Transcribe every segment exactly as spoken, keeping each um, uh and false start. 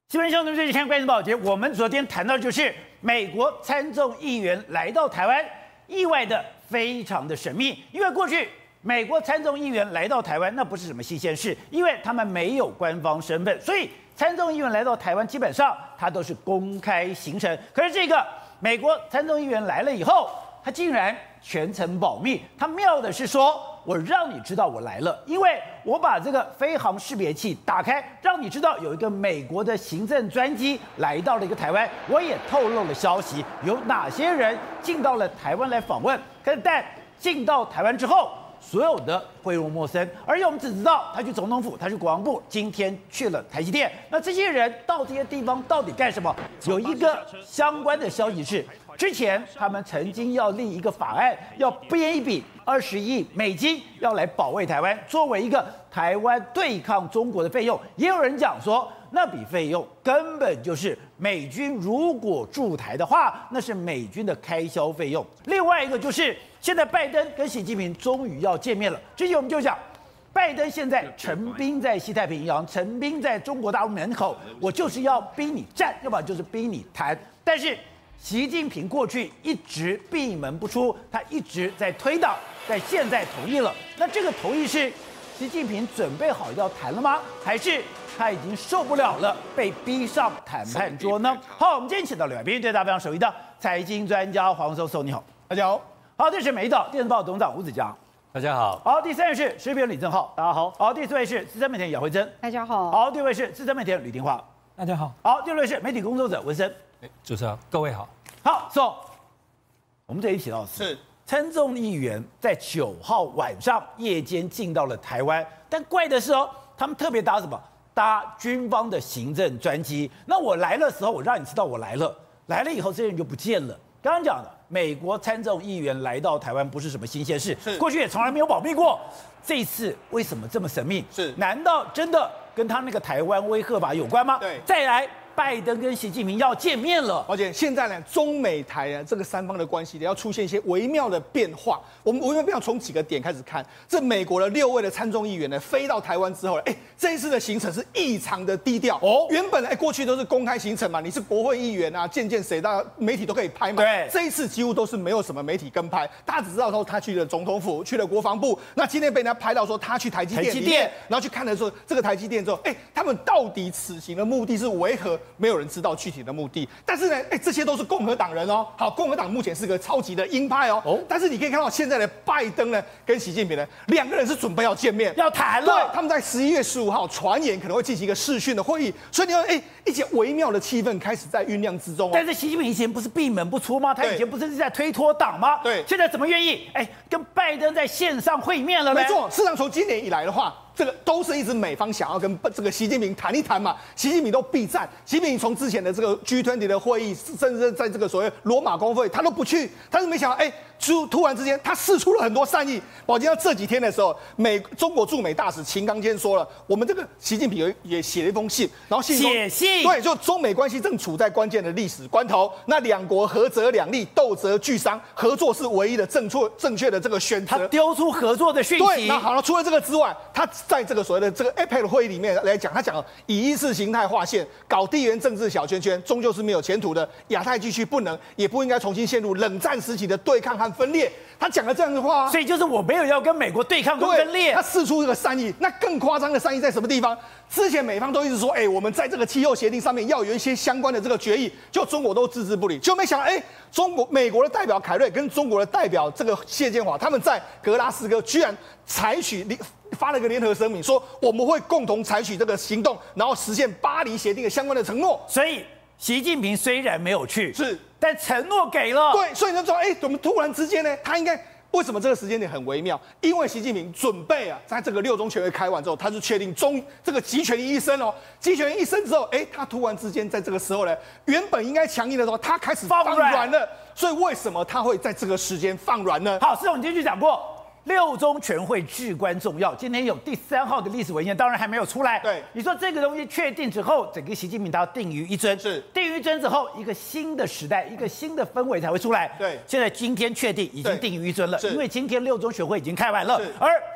新闻兄弟们，最近看关心保洁，我们昨天谈到的就是美国参众议员来到台湾，意外的非常的神秘。因为过去美国参众议员来到台湾，那不是什么新鲜事，因为他们没有官方身份，所以参众议员来到台湾，基本上他都是公开行程。可是这个美国参众议员来了以后，他竟然全程保密。他妙的是说，我让你知道我来了，因为我把这个飞航识别器打开，让你知道有一个美国的行政专机来到了一个台湾。我也透露了消息，有哪些人进到了台湾来访问。可是但进到台湾之后，所有的讳若陌生，而且我们只知道他去总统府，他去国防部，今天去了台积电。那这些人到这些地方到底干什么？有一个相关的消息是，之前他们曾经要立一个法案，要编一笔二十亿美金，要来保卫台湾，作为一个台湾对抗中国的费用。也有人讲说，那笔费用根本就是美军如果驻台的话，那是美军的开销费用。另外一个就是现在拜登跟习近平终于要见面了。之前我们就讲，拜登现在陈兵在西太平洋，陈兵在中国大陆门口，我就是要逼你战，要不然就是逼你谈。但是习近平过去一直闭门不出，他一直在推挡，但现在同意了。那这个同意是习近平准备好要谈了吗？还是他已经受不了了，被逼上谈判桌呢？好，我们今天请到两边对大家非常熟悉的财经专家黄寿寿，你好， 大家好。 好，这是美岛电视报董事长吴子嘉， 大家好。 好，第三位是时评人李正浩，大家好。好，第四位是资深媒体人姚慧珍， 大家好。 好，第五位是资深媒体人吕廷华， 大家好。 好，第六位是媒体工作者文森。 主持人各位好。 好 ，So， 我们这里提到的是， 是参众议员在九号晚上夜间进到了台湾，但怪的是哦，他们特别搭什么？搭军方的行政专机。那我来的时候，我让你知道我来了，来了以后这些人就不见了。刚刚讲的，美国参众议员来到台湾不是什么新鲜事，过去也从来没有保密过。这次为什么这么神秘？ 是， 难道真的跟他那个台湾威吓法有关吗？ 对， 再来。拜登跟习近平要见面了， 而且现在呢，中美台呢这个三方的关系呢要出现一些微妙的变化。我们微妙变化从几个点开始看。这美国的六位的参众议员呢飞到台湾之后，哎，这一次的行程是异常的低调哦。原本哎过去都是公开行程嘛，你是国会议员啊，见见谁，大家媒体都可以拍嘛。 对， 这一次几乎都是没有什么媒体跟拍，大家只知道说他去了总统府，去了国防部。那今天被人家拍到说他去台积电里面，台积电，然后去看的时候，这个台积电之后，哎，他们到底此行的目的是为何？没有人知道具体的目的，但是呢，哎，这些都是共和党人哦。好，共和党目前是个超级的鹰派哦。哦。但是你可以看到现在的拜登呢，跟习近平呢，两个人是准备要见面， 要谈了。 对，他们在十一月十五号传言可能会进行一个视讯的会议，所以你看，哎，一些微妙的气氛开始在酝酿之中哦。 但是习近平以前不是闭门不出吗？他以前不是在推脱党吗？ 对。 现在怎么愿意哎跟拜登在线上会面了呢？ 没错，事实上从今年以来的话。这个都是一直美方想要跟这个习近平谈一谈嘛，习近平都避战，习近平从之前的这个 G 二十 的会议，甚至在这个所谓罗马公会，他都不去，但是没想到，哎，突突然之间，他释出了很多善意。宝剑到这几天的时候，美中国驻美大使秦刚坚说了，我们这个习近平也写了一封信，然后信中写信， 对，就中美关系正处在关键的历史关头，那两国合则两利，斗则俱伤，合作是唯一的正确正确的这个选择。 他丢出合作的讯息。 对，那好了，除了这个之外，他在这个所谓的这个 A P E C 会议里面来讲，他讲以意识形态划线，搞地缘政治小圈圈，终究是没有前途的。亚太地区不能，也不应该重新陷入冷战时期的对抗和分裂。他讲了这样的话、啊， 所以就是我没有要跟美国对抗跟分裂。 他释出这个善意，那更夸张的善意在什么地方？之前美方都一直说，哎、欸，我们在这个气候协定上面要有一些相关的这个决议，就中国都置之不理，就没想到，哎、欸，中国美国的代表凯瑞跟中国的代表这个谢建华，他们在格拉斯哥居然采取发了个联合声明，说我们会共同采取这个行动，然后实现巴黎协定的相关的承诺。 所以习近平虽然没有去， 是， 但承诺给了。 对，所以你就说，哎、欸，怎么突然之间呢？他应该。为什么这个时间点很微妙？因为习近平准备啊，在这个六中全会开完之后，他就确定中这个集权一生哦，集权一生之后，哎，他突然之间在这个时候呢，原本应该强硬的时候，他开始放软了。所以为什么他会在这个时间放软呢？ 好，司总，你今天去讲过。六中全会至关重要，今天有第三号的历史文件，当然还没有出来。 对， 你说这个东西确定之后，整个习近平他要定于一尊， 是定于一尊之后，一个新的时代，一个新的氛围才会出来。 对， 现在今天确定已经定于一尊了， 因为今天六中全会已经开完了，而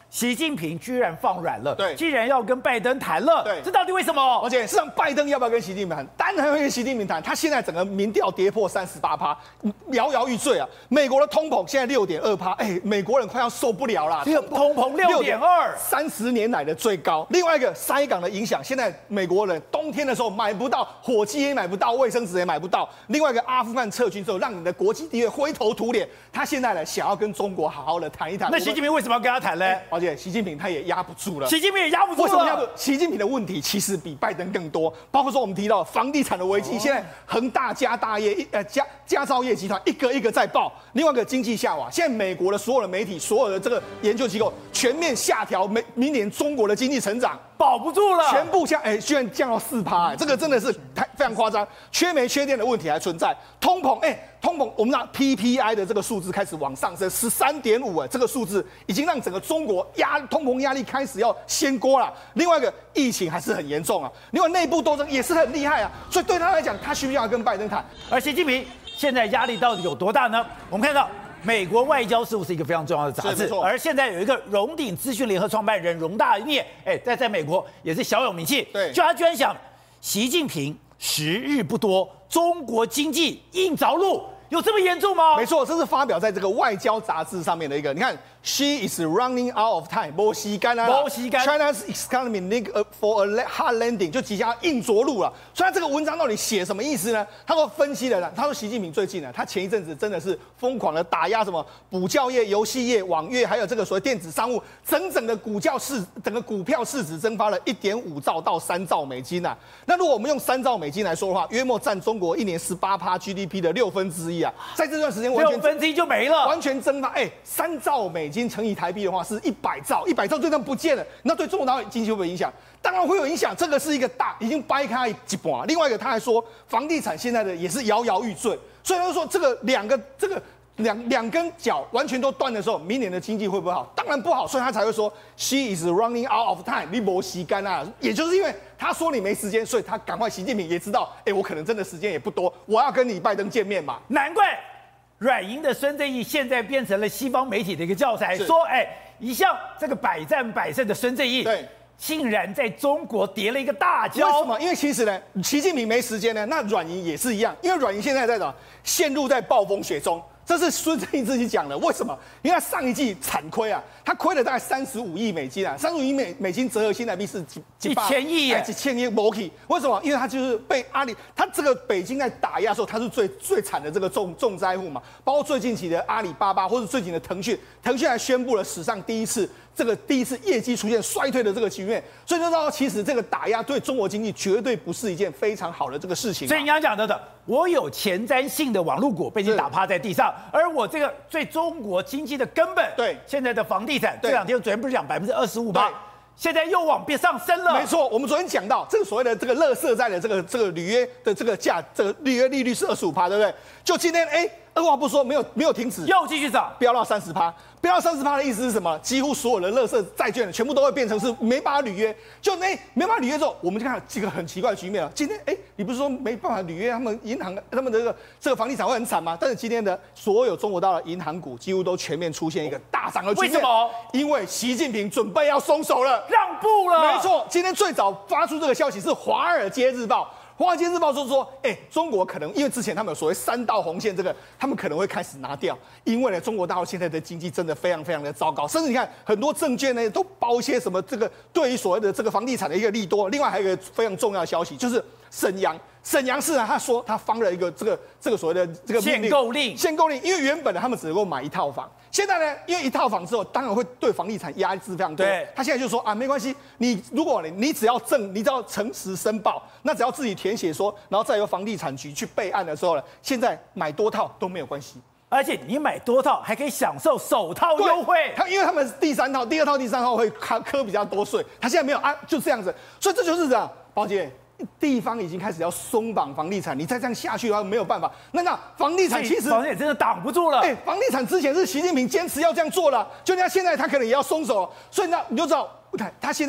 习近平居然放软了， 对， 既然要跟拜登谈了， 对， 这到底为什么？ 而且事实上，拜登要不要跟习近平谈？当然会跟习近平谈。他现在整个民调跌破三十八趴，摇摇欲坠啊！美国的通膨现在六点二趴，哎，美国人快要受不了了。 这个通膨六点二， 三十年来的最高。另外一个塞港的影响，现在美国人冬天的时候买不到火鸡也买不到，卫生纸也买不到。另外一个阿富汗撤军之后，让你的国际地位灰头土脸。他现在呢，想要跟中国好好的谈一谈。 那习近平为什么要跟他谈呢？ 而且习近平他也压不住了。 习近平也压不住了。 为什么压不住？习近平的问题其实比拜登更多，包括说我们提到房地产的危机，哦、现在恒大家大业、呃家家造业集团一个一个在爆。另外一个经济下滑，现在美国的所有的媒体、所有的这个研究机构全面下调明明年中国的经济成长， 保不住了， 全部降，哎、欸，居然降到四趴，哎，这个真的是太非常夸张，缺煤缺电的问题还存在，通膨，哎、欸，通膨，我们拿 P P I 的这个数字开始往上升，十三点五，哎，这个数字已经让整个中国压通膨压力开始要掀锅了。另外一个疫情还是很严重啊，另外内部斗争也是很厉害啊，所以对他来讲，他需不需要跟拜登谈？ 而习近平现在压力到底有多大呢？我们看到。美国外交事务是一个非常重要的杂志，而现在有一个荣鼎资讯联合创办人荣大聂，哎，在在美国也是小有名气。 对， 就他居然想，习近平时日不多，中国经济硬着陆，有这么严重吗？ 没错，这是发表在这个外交杂志上面的一个，你看。She is running out of time， 没时间啊！ 没时间 China's economy need for a hard landing， 就即将硬着陆了。所以他这个文章到底写什么意思呢？他说分析了呢，他说习近平最近呢，他前一阵子真的是疯狂的打压什么补教业、游戏业、网页，还有这个所谓电子商务，整整的股价市，整个股票市值蒸发了一点五兆到三兆美金啊。那如果我们用三兆美金来说的话，约莫占中国一年十八趴 G D P 的六分之一啊，在这段时间完全六分之一就没了， 完全蒸发。哎、欸，三兆美。美金乘以台币的话是一百兆，一百兆就这样不见了，那对中国大陆经济会不会影响？当然会有影响，这个是一个大已经掰开一半。另外一个他还说，房地产现在的也是摇摇欲坠，所以他就说这个两个这个两两根脚完全都断的时候，明年的经济会不会好？当然不好，所以他才会说 She is running out of time， 你没时间啊，也就是因为他说你没时间，所以他赶快习近平也知道，哎、欸，我可能真的时间也不多，我要跟你拜登见面嘛， 难怪。软银的孙正义现在变成了西方媒体的一个教材，说，哎，一向这个百战百胜的孙正义， 对， 竟然在中国跌了一个大跤。 为什么？因为其实呢，习近平没时间呢，那软银也是一样，因为软银现在在哪？陷入在暴风雪中。这是孙正义自己讲的，为什么？因为他上一季惨亏啊，他亏了大概三十五亿美金啊，三十五亿美美金折合新台币是几几千亿耶， 几千亿 m o k 为什么？因为他就是被阿里，他这个北京在打压的时候，他是最最惨的这个重重灾户嘛，包括最近期的阿里巴巴或者最近的腾讯，腾讯还宣布了史上第一次这个第一次业绩出现衰退的这个局面，所以就知道其实这个打压对中国经济绝对不是一件非常好的这个事情。 所以你刚刚讲的的，我有前瞻性的网络股被你打趴在地上。而我这个最中国经济的根本， 对现在的房地产，这两天昨天不是讲百分之二十五吧？现在又往边上升了。 没错，我们昨天讲到这个所谓的这个垃圾债的这个这个履约的这个价，这个履约利率是二十五趴，对不对？就今天哎，二话不说，没有没有停止， 又继续涨， 飙到三十趴。飙到三十趴的意思是什么？几乎所有的垃圾债券全部都会变成是没办法履约。就那没办法履约之后，我们就看这个很奇怪的局面了。今天哎，你不是说没办法履约，他们银行他们的这个这个房地产会很惨吗？但是今天的所有中国大陆的银行股几乎都全面出现一个大涨的局面。 为什么？ 因为习近平准备要松手了， 让步了。 没错，今天最早发出这个消息是《华尔街日报》。《华尔街日报》说说，哎、欸，中国可能因为之前他们有所谓三道红线，这个他们可能会开始拿掉，因为呢，中国大陆现在的经济真的非常非常的糟糕，甚至你看很多证券呢都包一些什么这个对于所谓的这个房地产的一个利多。另外还有一个非常重要的消息，就是沈阳。沈阳市啊，他说他发了一个这个这个所谓的这个限购令， 限购令，因为原本呢他们只能够买一套房，现在呢，因为一套房之后，当然会对房地产压制非常多。 对， 他现在就说啊，没关系，你如果你你只要正，你只要诚实申报，那只要自己填写说，然后再由房地产局去备案的时候呢，现在买多套都没有关系。 而且你买多套还可以享受首套优惠， 他因为他们第三套、第二套、第三套会科科比较多税，他现在没有啊，就这样子，所以这就是这样，宝姐。地方已经开始要松绑房地产，你再这样下去的话没有办法。那那房地产其实房地产真的挡不住了。 哎、欸，房地产之前是习近平坚持要这样做了，就像现在他可能也要松手，所以那你就知道，他他现在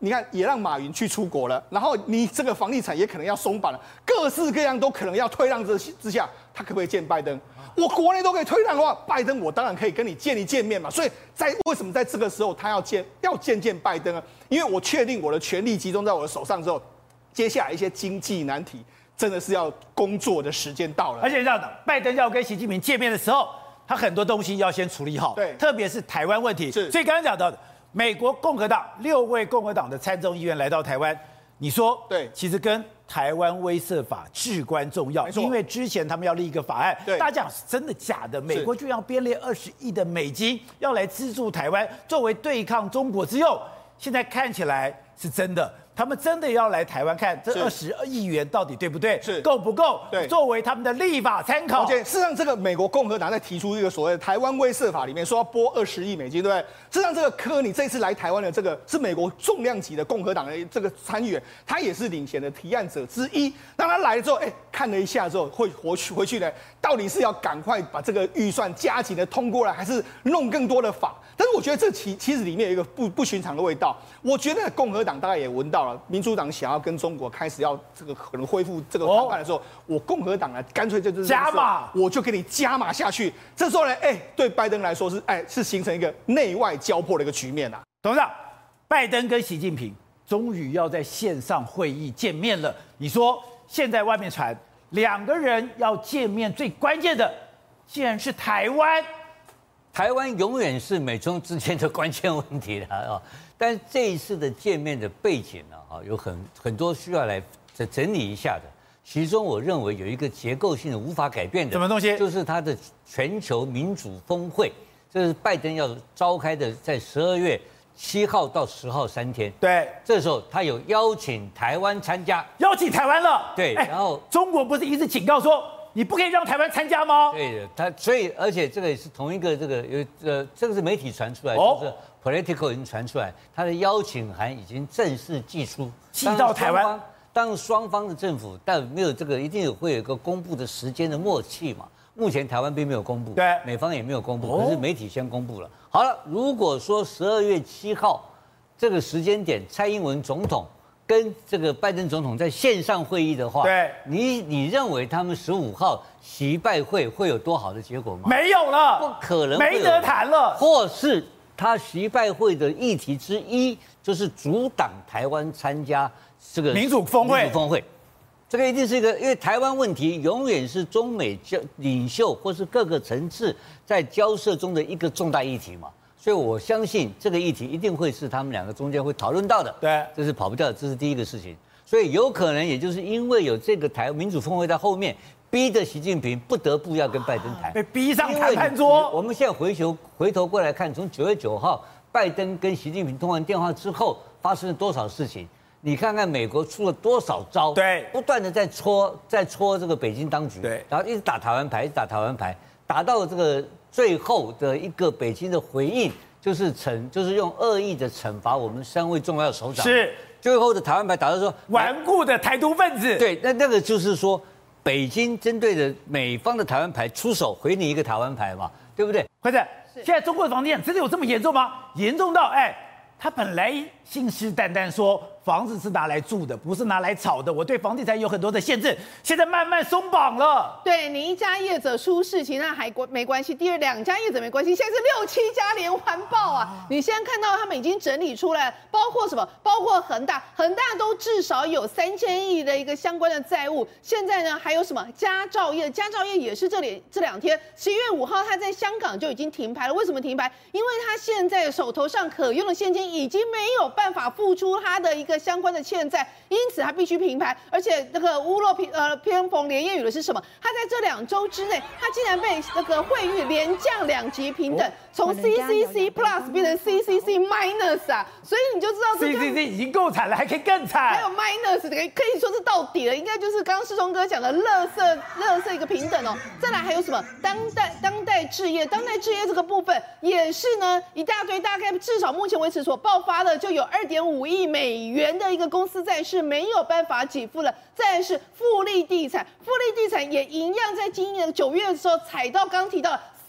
你看也让马云去出国了，然后你这个房地产也可能要松绑了，各式各样都可能要退让之之下，他可不可以见拜登？我国内都可以退让的话，拜登我当然可以跟你见一见面嘛。所以在为什么在这个时候他要见要见见拜登呢？因为我确定我的权力集中在我的手上之后，接下来一些经济难题真的是要工作的时间到了。 而且这样的，拜登要跟习近平见面的时候，他很多东西要先处理好， 对， 特别是台湾问题。 是， 所以刚刚讲到的，美国共和党六位共和党的参众议员来到台湾，你说对， 其实跟台湾威慑法至关重要，因为之前他们要立一个法案，大家讲是真的假的？美国居然要编列二十亿的美金要来资助台湾，作为对抗中国之用。现在看起来是真的，他们真的要来台湾看这二十亿元到底对不对， 是够不够？ 对， 作为他们的立法参考。 而且事实上，这个美国共和党在提出一个所谓的台湾威慑法里面说要拨二十亿美金，对不对？事实上，这个科尼这次来台湾的这个是美国重量级的共和党的这个参议员，他也是领衔的提案者之一。当他来了之后，哎，看了一下之后，会回去回去呢，到底是要赶快把这个预算加紧的通过来，还是弄更多的法？但是我觉得这其其实里面有一个不不寻常的味道。我觉得共和党大概也闻到了，民主党想要跟中国开始要这个可能恢复这个谈判的时候，哦、我共和党呢干脆就是加码， 我就给你加码下去。这时候呢，哎，对拜登来说是哎是形成一个内外交迫的一个局面啊。 董事长，拜登跟习近平终于要在线上会议见面了。你说现在外面传两个人要见面，最关键的竟然是台湾。 台湾永远是美中之间的关键问题了啊！但这一次的见面的背景呢，啊，有很很多需要来整理一下的。其中，我认为有一个结构性的无法改变的， 什么东西？ 就是它的全球民主峰会，这是拜登要召开的，在十二月七号到十号三天。 对， 这时候他有邀请台湾参加， 邀请台湾了。 对，然后中国不是一直警告说，你不可以让台湾参加吗？ 对的，他所以而且这个也是同一个这个有呃，这个是媒体传出来，哦、就是 Politico 已经传出来，他的邀请函已经正式寄出， 寄到台湾。 当然双方的政府但没有这个一定有会有一个公布的时间的默契嘛。目前台湾并没有公布， 对， 美方也没有公布，可是媒体先公布了。好了，如果说十二月七号这个时间点，蔡英文总统跟这个拜登总统在线上会议的话， 对， 你你认为他们十五号习拜会会有多好的结果吗？ 没有了， 不可能， 没得谈了。 或是他习拜会的议题之一，就是阻挡台湾参加这个民主峰会。 民主峰会，这个一定是一个，因为台湾问题永远是中美交领袖或是各个层次在交涉中的一个重大议题嘛。所以我相信这个议题一定会是他们两个中间会讨论到的， 对， 这是跑不掉的，这是第一个事情。所以有可能也就是因为有这个台民主峰会在后面，逼着习近平不得不要跟拜登谈， 被逼上谈判桌。 我们现在回头回头过来看，从九月九号拜登跟习近平通完电话之后，发生了多少事情？你看看美国出了多少招， 对， 不断的在戳在戳这个北京当局， 对， 然后一直打台湾牌，一直打台湾牌，打到这个最后的一个北京的回应。就是惩，就是用恶意的惩罚我们三位重要首长。 是最后的台湾牌打到说顽固的台独分子。 对，那那个就是说，北京针对着美方的台湾牌出手，回你一个台湾牌嘛，对不对？ 或者现在中国的房地产真的有这么严重吗？严重到哎，他本来信誓旦旦说房子是拿来住的，不是拿来炒的，我对房地产有很多的限制，现在慢慢松绑了。 对你一家业者出事情那还没关系，第二两家业者没关系，现在是六七家连环爆啊！啊你现在看到他们已经整理出来，包括什么？包括恒大，恒大都至少有三千亿的一个相关的债务。现在呢，还有什么佳兆业？佳兆业也是这里这两天十一月五号，他在香港就已经停牌了。为什么停牌？因为他现在手头上可用的现金已经没有办法付出他的一个相关的欠债，因此他必须停牌。而且那个屋漏偏呃偏逢连夜雨的是什么？他在这两周之内，他竟然被那个惠誉连降两级平等，从 C C C Plus 变成 C C C Minus 啊！所以你就知道这个 C C C 已经够惨了，还可以更惨。 还有 Minus 可以可以说是到底了，应该就是刚刚世忠哥讲的垃圾垃圾一个平等哦。再来还有什么当代当代置业，当代置业这个部分也是呢一大堆，大概至少目前为止所爆发的就有二点五亿美元的一个公司债是没有办法给付了。再来是富力地产，富力地产也一样在今年九月的时候踩到刚提到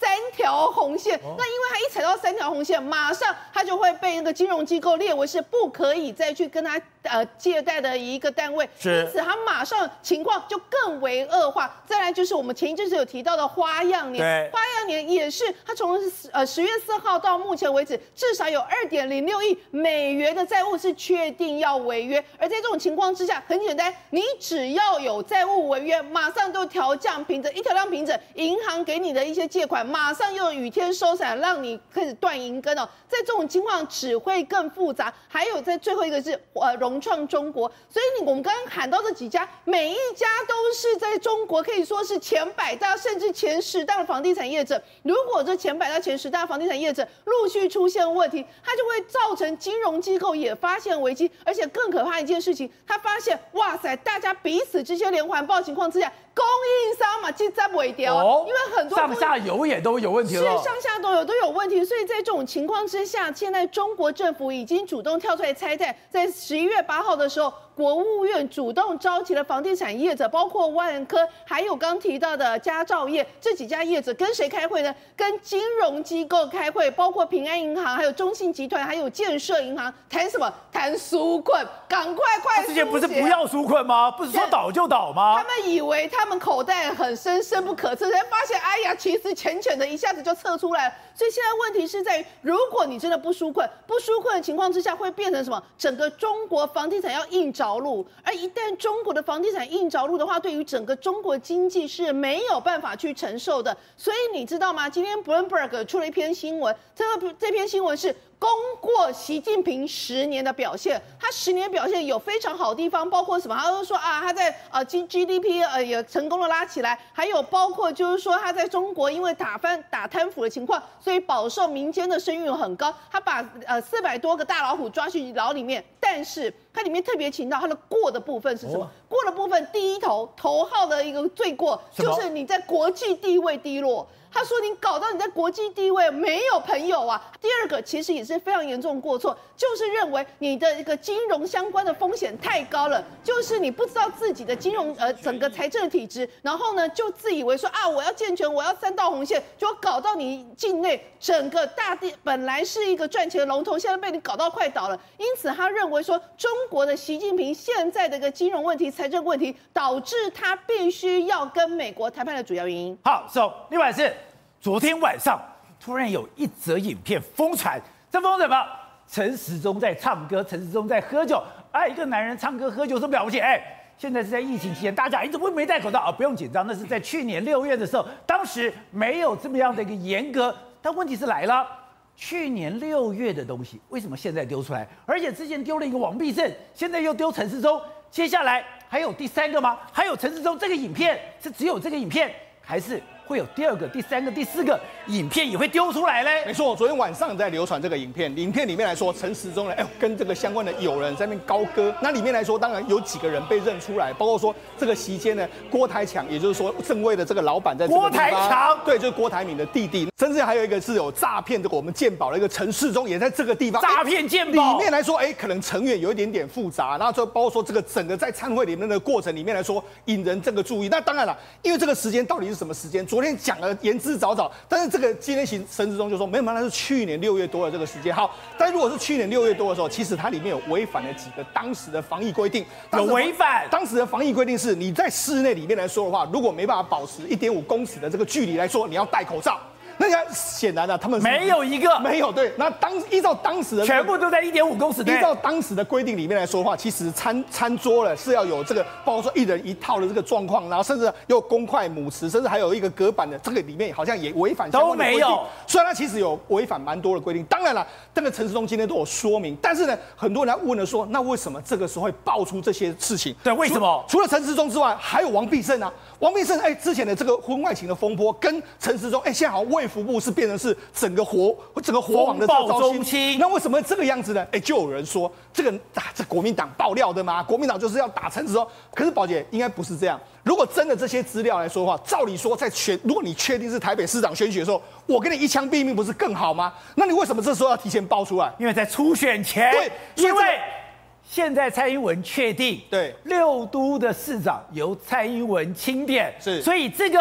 三条红线。哦、那因为他一踩到三条红线，马上他就会被那个金融机构列为是不可以再去跟他呃借贷的一个单位，因此他马上情况就更为恶化。再来就是我们前一阵子有提到的花样年，花样年也是他从呃十月四号到目前为止，至少有二点零六亿美元的债务是确定要违约。而在这种情况之下，很简单，你只要有债务违约，马上就调降凭证，一调降凭证，银行给你的一些借款马上又雨天收伞，让你开始断银根哦。在这种情况只会更复杂。还有在最后一个是呃融创中国，所以你我们刚刚喊到这几家，每一家都是在中国可以说是前百大甚至前十大的房地产业者。如果这前百大前十大房地产业者陆续出现问题，它就会造成金融机构也发现危机，而且更可怕一件事情，他发现哇塞，大家彼此之间连环爆情况之下，供应商嘛其实在尾掉啊，因为很多上下游也都有问题了， 是上下都有都有问题，所以在这种情况之下，现在中国政府已经主动跳出来拆贷，在十一月八号的时候，国务院主动召集了房地产业者，包括万科，还有刚提到的佳兆业这几家业者，跟谁开会呢？跟金融机构开会，包括平安银行、还有中信集团、还有建设银行，谈什么？谈纾困，赶快快！ 之前不是不要纾困吗？不是说倒就倒吗？ 他们以为他们口袋很深，深不可测，才发现，哎呀，其实浅浅的，一下子就测出来了。所以现在问题是在于，如果你真的不纾困，不纾困的情况之下，会变成什么？整个中国房地产要硬着陆，而一旦中国的房地产硬着陆的话，对于整个中国经济是没有办法去承受的。所以你知道吗？今天 Bloomberg 出了一篇新闻，这个这篇新闻是攻过习近平十年的表现。他十年表现有非常好的地方，包括什么？他都说啊，他在呃 G G D P 呃也成功的拉起来，还有包括就是说他在中国因为打翻打贪腐的情况，所以饱受民间的声誉很高。他把呃四百多个大老虎抓去牢里面，但是它里面特别请到它的过的部分是什么？哦、过的部分第一头头号的一个罪过就是你在国际地位低落。他说：“你搞到你在国际地位没有朋友啊。”第二个其实也是非常严重的过错，就是认为你的一个金融相关的风险太高了，就是你不知道自己的金融呃整个财政体质，然后呢就自以为说啊我要健全，我要三道红线，就搞到你境内整个大地本来是一个赚钱的龙头，现在被你搞到快倒了。因此他认为说中国的习近平现在的一个金融问题、财政问题，导致他必须要跟美国谈判的主要原因。 好 ，So 另外是。昨天晚上突然有一则影片疯传，这疯什么？陈时中在唱歌，陈时中在喝酒。哎，一个男人唱歌喝酒这么了不起？哎，现在是在疫情期间，大家你怎么会没戴口罩啊？不用紧张，那是在去年六月的时候，当时没有这么样的一个严格。但问题是来了，去年六月的东西为什么现在丢出来？而且之前丢了一个王必胜，现在又丢陈时中，接下来还有第三个吗？还有陈时中这个影片是只有这个影片，还是？会有第二个、第三个、第四个影片也会丢出来嘞。 没错，昨天晚上在流传这个影片，影片里面来说，陈时中呢，哎，跟这个相关的友人在那边高歌。那里面来说，当然有几个人被认出来，包括说这个席间呢，郭台强，也就是说正位的这个老板在这个地方。郭台强，对，就是郭台铭的弟弟。甚至还有一个是有诈骗这个我们健保的一个陈世忠，也在这个地方诈骗健保。 里面来说，哎，可能成员有一点点复杂，然后就包括说这个整个在参会里面的过程里面来说，引人这个注意。那当然了，因为这个时间到底是什么时间？昨天讲了言之凿凿，但是这个今天行陈时中就说没有，那是去年六月多的这个时间。好，但是如果是去年六月多的时候，其实它里面有违反了几个当时的防疫规定。 有违反当时的防疫规定是，你在室内里面来说的话，如果没办法保持一点五公尺的这个距离来说，你要戴口罩。那显然啊，他们没有一个没有对。那当依照当时的、 这个、全部都在一点五公尺内。 依照当时的规定里面来说的话，其实餐餐桌了是要有这个，包括说一人一套的这个状况，然后甚至有公筷母匙，甚至还有一个隔板的，这个里面好像也违反相关的规定。都没有。虽然它其实有违反蛮多的规定，当然了，这个陈时中今天都有说明，但是呢，很多人来问了说，那为什么这个时候会爆出这些事情？ 对，为什么？ 除了陈时中之外，还有王必胜啊。王必胜哎，之前的这个婚外情的风波，跟陈时中哎，现在好像卫福部是变成是整个火整个火网的这个中心。那为什么这个样子呢？哎，就有人说这个啊，这国民党爆料的嘛，国民党就是要打陈时中。可是宝姐应该不是这样。如果真的这些资料来说的话，照理说在选，如果你确定是台北市长选举的时候，我跟你一枪毙命不是更好吗？那你为什么这时候要提前爆出来？ 因为在初选前， 对， 因为。现在蔡英文确定， 对， 六都的市长由蔡英文钦点， 是， 所以这个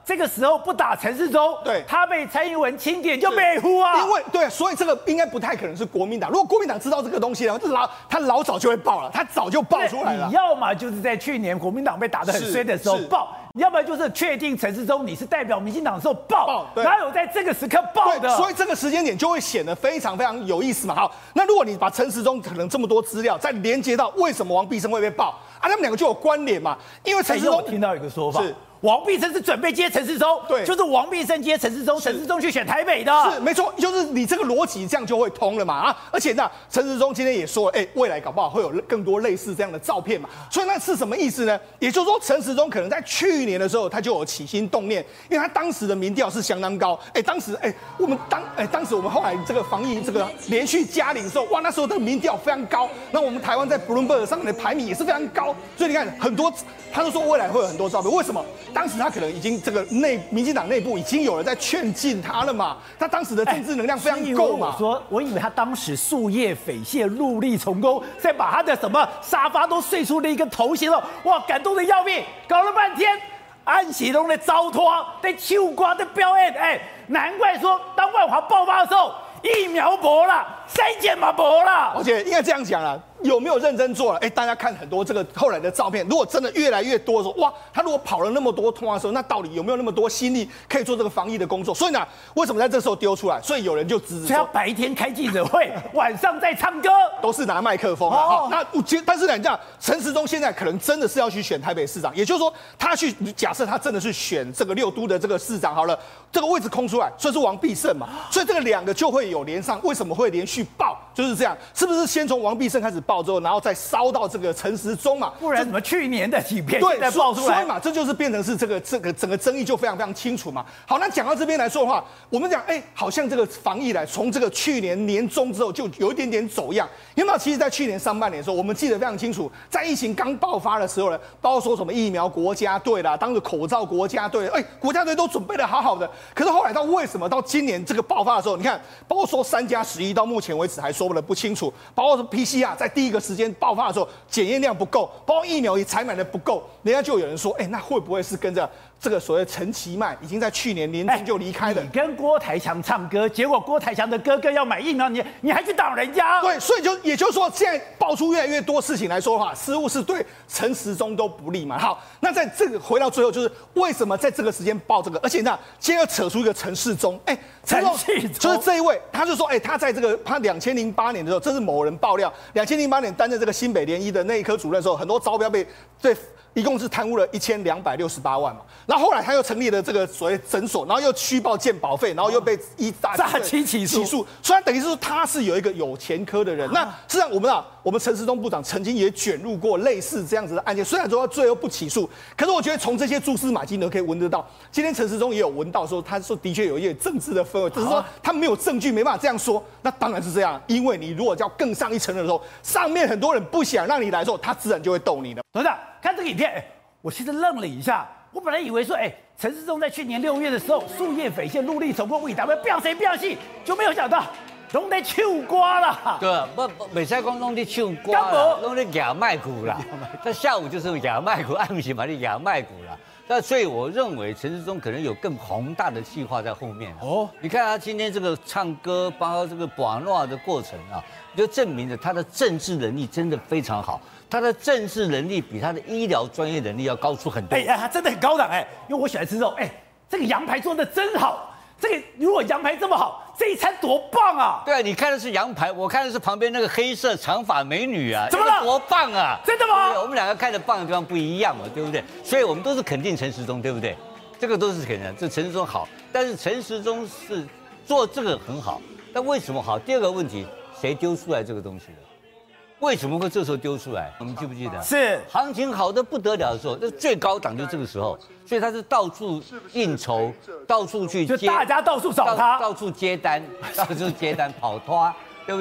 这个时候不打陈时中， 对， 他被蔡英文钦点就美呼啊。 因为对，所以这个应该不太可能是国民党。如果国民党知道这个东西呢，这老他老早就会爆了，他早就爆出来了。 你要么就是在去年国民党被打得很衰的时候爆，要么就是确定陈时中你是代表民进党的时候爆，哪有在这个时刻爆的？ 所以这个时间点就会显得非常非常有意思嘛。好，那如果你把陈时中可能这么多资料再连接到为什么王必胜会被爆啊，他们两个就有关联嘛。因为陈时中， 我听到一个说法是。 王必胜是准备接陈时中， 对， 就是王必胜接陈时中，陈时中去选台北的， 是没错，就是你这个逻辑这样就会通了嘛啊！而且呢，陈时中今天也说了，哎、欸，未来搞不好会有更多类似这样的照片嘛，所以那是什么意思呢？也就是说，陈时中可能在去年的时候他就有起心动念，因为他当时的民调是相当高，哎、欸，当时哎、欸，我们当哎、欸，当时我们后来这个防疫这个连续加零的时候，哇，那时候的民调非常高，那我们台湾在 Bloomberg 上面的排名也是非常高，所以你看很多，他就说未来会有很多照片，为什么？当时他可能已经。这个内民进党内部已经有人在劝进他了嘛？他当时的政治能量非常够嘛？ 我说，我以为他当时夙夜匪懈、戮力从公，再把他的什么沙发都睡出了一个头衔了，哇，感动的要命！搞了半天，安喜东的糟拖，在秋瓜的表演，哎，难怪说当万华爆发的时候，疫苗没了，筛检嘛没了， 而且应该这样讲啦。有没有认真做了？哎，大家看很多这个后来的照片，如果真的越来越多的时候，哇，他如果跑了那么多通的时候，那到底有没有那么多心力可以做这个防疫的工作？所以呢，为什么在这时候丢出来？所以有人就指指说， 他白天开记者会，晚上在唱歌， 都是拿麦克风啊。好，那我觉，但是呢，你讲陈时中现在可能真的是要去选台北市长，也就是说，他去假设他真的是选这个六都的这个市长好了，这个位置空出来，所以是王必胜嘛，所以这个两个就会有连上。为什么会连续爆？就是这样，是不是先从王必胜开始爆之后，然后再烧到这个陈时中嘛？ 不然怎么去年的影片对再爆出来？ 所以嘛，这就是变成是这个这个整个争议就非常非常清楚嘛。好，那讲到这边来说的话，我们讲，哎、欸，好像这个防疫来，从这个去年年中之后就有一点点走样。有没有？其实，在去年上半年的时候，我们记得非常清楚，在疫情刚爆发的时候呢，包括说什么疫苗国家队啦，当时口罩国家队，哎、欸，国家队都准备的好好的。可是后来到为什么到今年这个爆发的时候，你看，包括说三加十一，到目前为止还说的不清楚，包括说 P C R 在第一个时间爆发的时候，检验量不够，包括疫苗也采买的不够，人家就有人说，哎、欸，那会不会是跟着这个所谓陈其迈已经在去年年中就离开了？ 你跟郭台强唱歌，结果郭台强的哥哥要买疫苗，你你还去挡人家？ 对，所以就也就是说，现在爆出越来越多事情来说的话，似乎是对陈时中都不利嘛。好，那在这个回到最后，就是为什么在这个时间爆这个？而且呢，今天又扯出一个陈世忠，哎、欸， 陈世忠就是这一位，他就说，哎、欸，他在这个他两千零八年的时候，这是某人爆料，两千零八年担任这个新北联医的内科主任的时候，很多招标被对。一共是贪污了一千两百六十八万嘛，然后后来他又成立了这个所谓诊所，然后又虚报健保费，然后又被依诈欺起诉， 起诉，虽然等于是说他是有一个有前科的人，那实际上我们啊，我们陈时中部长曾经也卷入过类似这样子的案件，虽然说他最后不起诉，可是我觉得从这些蛛丝马迹呢，可以闻得到，今天陈时中也有闻到说，他说的确有一点政治的氛围，只是说他没有证据，没办法这样说，那当然是这样，因为你如果要更上一层的时候，上面很多人不想让你来的时候，他自然就会斗你的。 董事长，看这个影片，哎。我其实愣了一下，我本来以为说，哎、欸，陈时中在去年六月的时候，夙夜匪懈、戮力从公，为台湾变谁变戏，就没有想到拢在唱歌啦。 对啊，不不，美赛公拢在唱歌啦，拢在牙麦鼓啦。他下午就是牙麦鼓，暗时嘛的牙麦鼓啦。那所以我认为陈时中可能有更宏大的计划在后面哦。你看他今天这个唱歌，包括这个把诺的过程啊，就证明了他的政治能力真的非常好。他的政治能力比他的医疗专业能力要高出很多。 哎呀，他真的很高档哎，因为我喜欢吃肉。哎，这个羊排做的真好。这个如果羊排这么好，这一餐多棒啊！ 对啊，你看的是羊排，我看的是旁边那个黑色长发美女啊， 怎么了？ 多棒啊！ 真的吗？ 我们两个看的棒的地方不一样嘛，对不对？所以我们都是肯定陈时中，对不对？这个都是肯定，这陈时中好，但是陈时中是做这个很好，但为什么好？第二个问题，谁丢出来这个东西的？为什么会这时候丢出来？我们记不记得？ 是行情好的不得了的时候，那最高档就这个时候，所以他是到处应酬，到处去接， 就大家到处找他， 到, 到处接单，到处接单跑拖，对不对？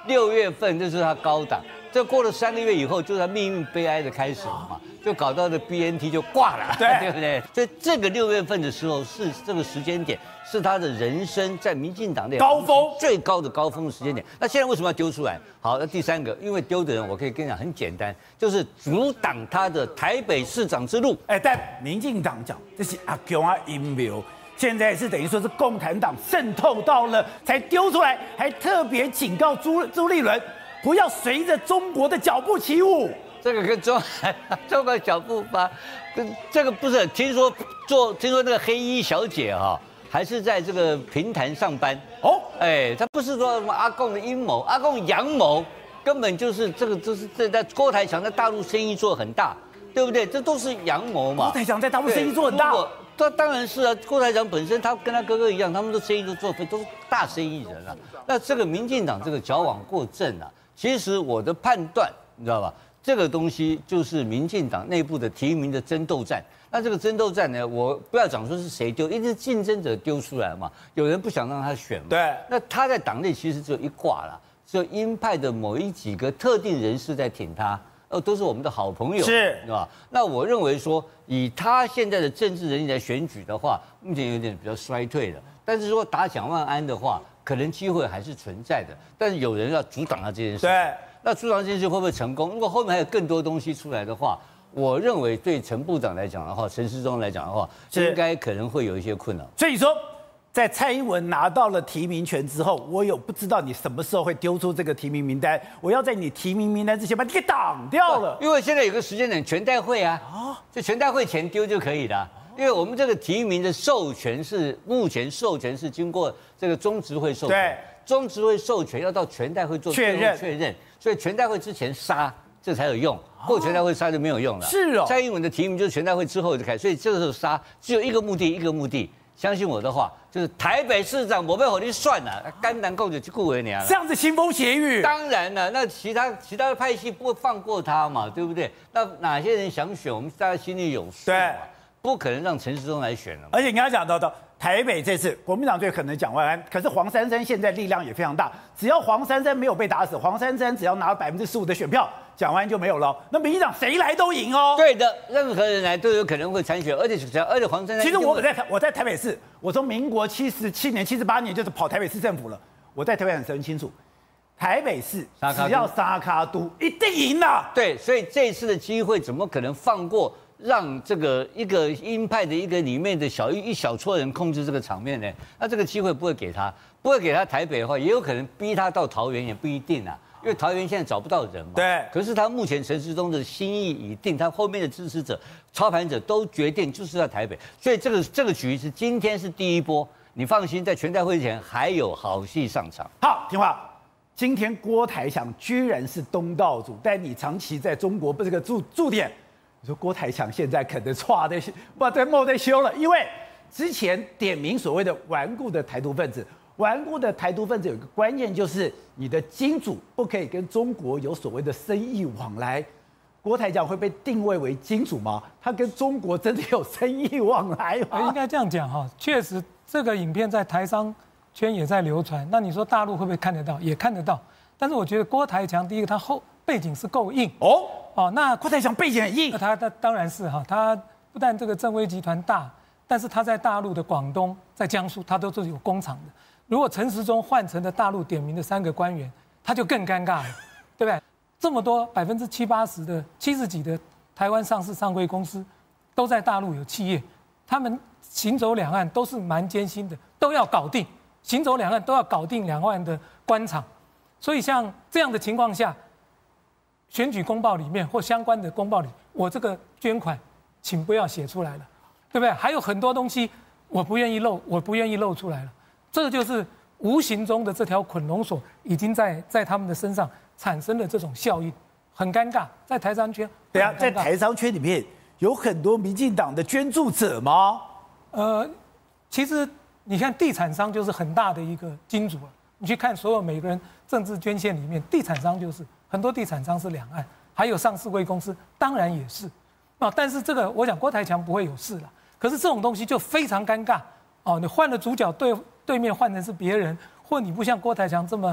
六月份这是他高档，这过了三个月以后，就是他命运悲哀的开始了嘛，就搞到这 B N T 就挂了， 对对不对？所以这个六月份的时候是这个时间点，是他的人生在民进党内高峰最高的高峰的时间点。那现在为什么要丢出来？好，那第三个，因为丢的人，我可以跟你讲很简单，就是阻挡他的台北市长之路。 哎，但民进党讲这是阿公啊阴谋。现在是等于说是共产党渗透到了才丢出来，还特别警告朱朱立伦不要随着中国的脚步起舞。 这个跟中中国脚步吧，跟这个不是听说做听说那个黑衣小姐哈、哦，还是在这个平潭上班哦，哎，他不是说什么阿共的阴谋，阿共阳谋，根本就是这个就是这在郭台强在大陆生意做很大，对不对？这都是阳谋嘛。 郭台强在大陆生意做很大。 这当然是啊，郭台强本身他跟他哥哥一样，他们的生意都做都是大生意人啊。那这个民进党这个矫枉过正啊，其实我的判断你知道吧？这个东西就是民进党内部的提名的争斗战。那这个争斗战呢，我不要讲说是谁丢，一定是竞争者丢出来嘛。有人不想让他选嘛。 对。 那他在党内其实只有一挂啦，只有鹰派的某一几个特定人士在挺他。呃，都是我们的好朋友， 是， 是吧？那我认为说，以他现在的政治人力来选举的话，目前有点比较衰退了。但是说打蒋万安的话，可能机会还是存在的。但是有人要阻挡他这件事， 对。 那阻挡这件事会不会成功？如果后面还有更多东西出来的话，我认为对陈部长来讲的话，陈时中来讲的话，应该可能会有一些困扰。 所以说。在蔡英文拿到了提名权之后，我有不知道你什么时候会丢出这个提名名单，我要在你提名名单之前把你给挡掉了。 因为现在有个时间点，全代会啊，哦，就全代会前丢就可以了。因为我们这个提名的授权是目前授权是经过这个中执会授权， 对， 中执会授权要到全代会做确认确认，所以全代会之前杀这才有用，过全代会杀就没有用了。 是哦， 蔡英文的提名就是全代会之后就开，所以这个时候杀只有一个目的，一个目的。相信我的话，就是台北市长我被火力算了，甘南共就去顾为娘了。 这样子腥风血雨。 当然了，那其他其他的派系不会放过他嘛，对不对？那哪些人想选，我们大家心里有数。 对， 不可能让陈时中来选了。 而且你刚才讲到的台北这次，国民党最可能蒋万安，可是黄珊珊现在力量也非常大，只要黄珊珊没有被打死，黄珊珊只要拿百分之十五的选票，蒋万安就没有了。那民进党谁来都赢哦。 对的，任何人来都有可能会参选，而且只要而且黄珊珊， 其实我在台我在台北市，我从民国七十七年、七十八年就是跑台北市政府了。我在台北很清楚，台北市只要沙卡都一定赢了。 对，所以这次的机会怎么可能放过？让这个一个鹰派的一个里面的小一一小撮人控制这个场面呢？那这个机会不会给他，不会给他台北的话，也有可能逼他到桃园，也不一定啊。因为桃园现在找不到人嘛。 对。 可是他目前陈时中的心意已定，他后面的支持者、操盘者都决定就是在台北，所以这个这个局是今天是第一波，你放心，在全代会前还有好戏上场。 好，听话。今天郭台强居然是东道主，但你长期在中国不是个驻驻点。你说郭台强现在可能唰的不在莫在修了，因为之前点名所谓的顽固的台独分子，顽固的台独分子有一个关键就是你的金主不可以跟中国有所谓的生意往来。郭台强会被定位为金主吗？他跟中国真的有生意往来吗？ 应该这样讲哈，确实这个影片在台商圈也在流传。那你说大陆会不会看得到？也看得到。但是我觉得郭台强第一个他后背景是够硬哦。哦，那郭台强背景很硬， 那他他当然是哈，他不但这个正威集团大，但是他在大陆的广东、在江苏，他都是有工厂的。如果陈时中换成了大陆点名的三个官员，他就更尴尬了，对不对？这么多百分之七八十的、七十几的台湾上市上柜公司，都在大陆有企业，他们行走两岸都是蛮艰辛的，都要搞定，行走两岸都要搞定两岸的官场，所以像这样的情况下。选举公报里面或相关的公报里，我这个捐款，请不要写出来了，对不对？还有很多东西我不愿意露，我不愿意露出来了。这就是无形中的这条捆龙索已经在在他们的身上产生了这种效应，很尴尬。在台商圈， 对啊，在台商圈里面有很多民进党的捐助者吗？ 呃，其实你看地产商就是很大的一个金主了。你去看所有每个人政治捐献里面，地产商就是。很多地产商是两岸，还有上市柜公司，当然也是，啊，但是这个我想郭台强不会有事了。可是这种东西就非常尴尬，哦，你换了主角对对面换成是别人，或你不像郭台强这么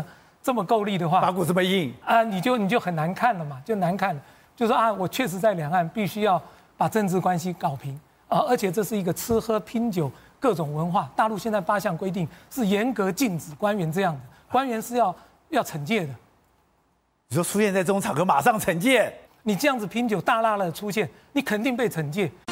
这么够力的话， 八股这么硬啊，你就你就很难看了嘛，就难看了。就说啊，我确实在两岸必须要把政治关系搞平啊，而且这是一个吃喝拼酒各种文化。大陆现在八项规定是严格禁止官员这样的，官员是要要惩戒的。 你说出现在这种场合马上惩戒， 你这样子拼酒大辣辣的出现，你肯定被惩戒。